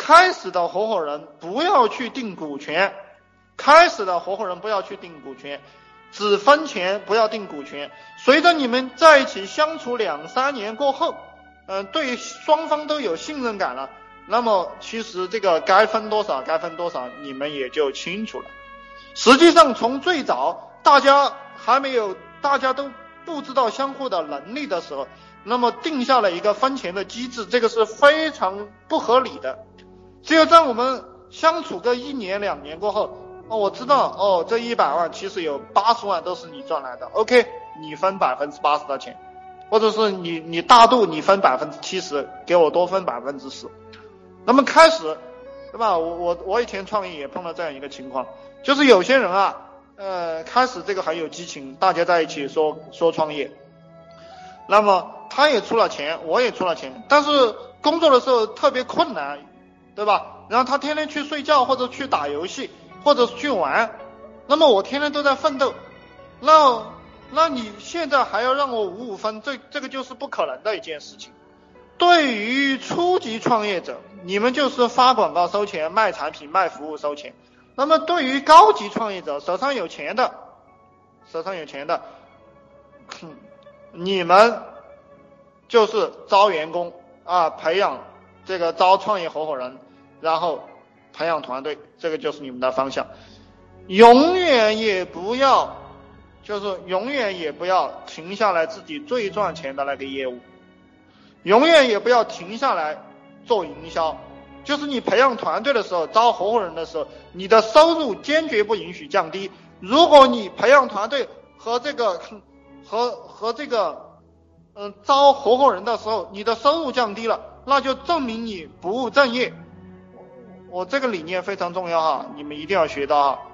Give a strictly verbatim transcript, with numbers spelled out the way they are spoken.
开始的合伙人不要去定股权，开始的合伙人不要去定股权，只分钱不要定股权。随着你们在一起相处两三年过后，嗯、呃，对双方都有信任感了，那么其实这个该分多少该分多少你们也就清楚了。实际上从最早大家还没有大家都不知道相互的能力的时候，那么定下了一个分钱的机制，这个是非常不合理的。只有在我们相处个一年两年过后，哦，我知道哦，这一百万其实有八十万都是你赚来的 ，OK， 你分百分之八十的钱，或者是你你大度你分百分之七十，给我多分百分之十。那么开始，对吧？我我我以前创业也碰到这样一个情况，就是有些人啊，呃，开始这个很有激情，大家在一起说说创业，那么他也出了钱，我也出了钱，但是工作的时候特别困难，对吧？然后他天天去睡觉或者去打游戏或者去玩，那么我天天都在奋斗，那那你现在还要让我五五分，这这个就是不可能的一件事情。对于初级创业者，你们就是发广告收钱，卖产品卖服务收钱。那么对于高级创业者，手上有钱的手上有钱的你们就是招员工啊，培养这个招创业合伙人，然后培养团队，这个就是你们的方向。永远也不要就是永远也不要停下来自己最赚钱的那个业务，永远也不要停下来做营销。就是你培养团队的时候，招合伙人的时候，你的收入坚决不允许降低。如果你培养团队和这个和和这个嗯招合伙人的时候，你的收入降低了，那就证明你不务正业。我这个理念非常重要哈，你们一定要学到哈。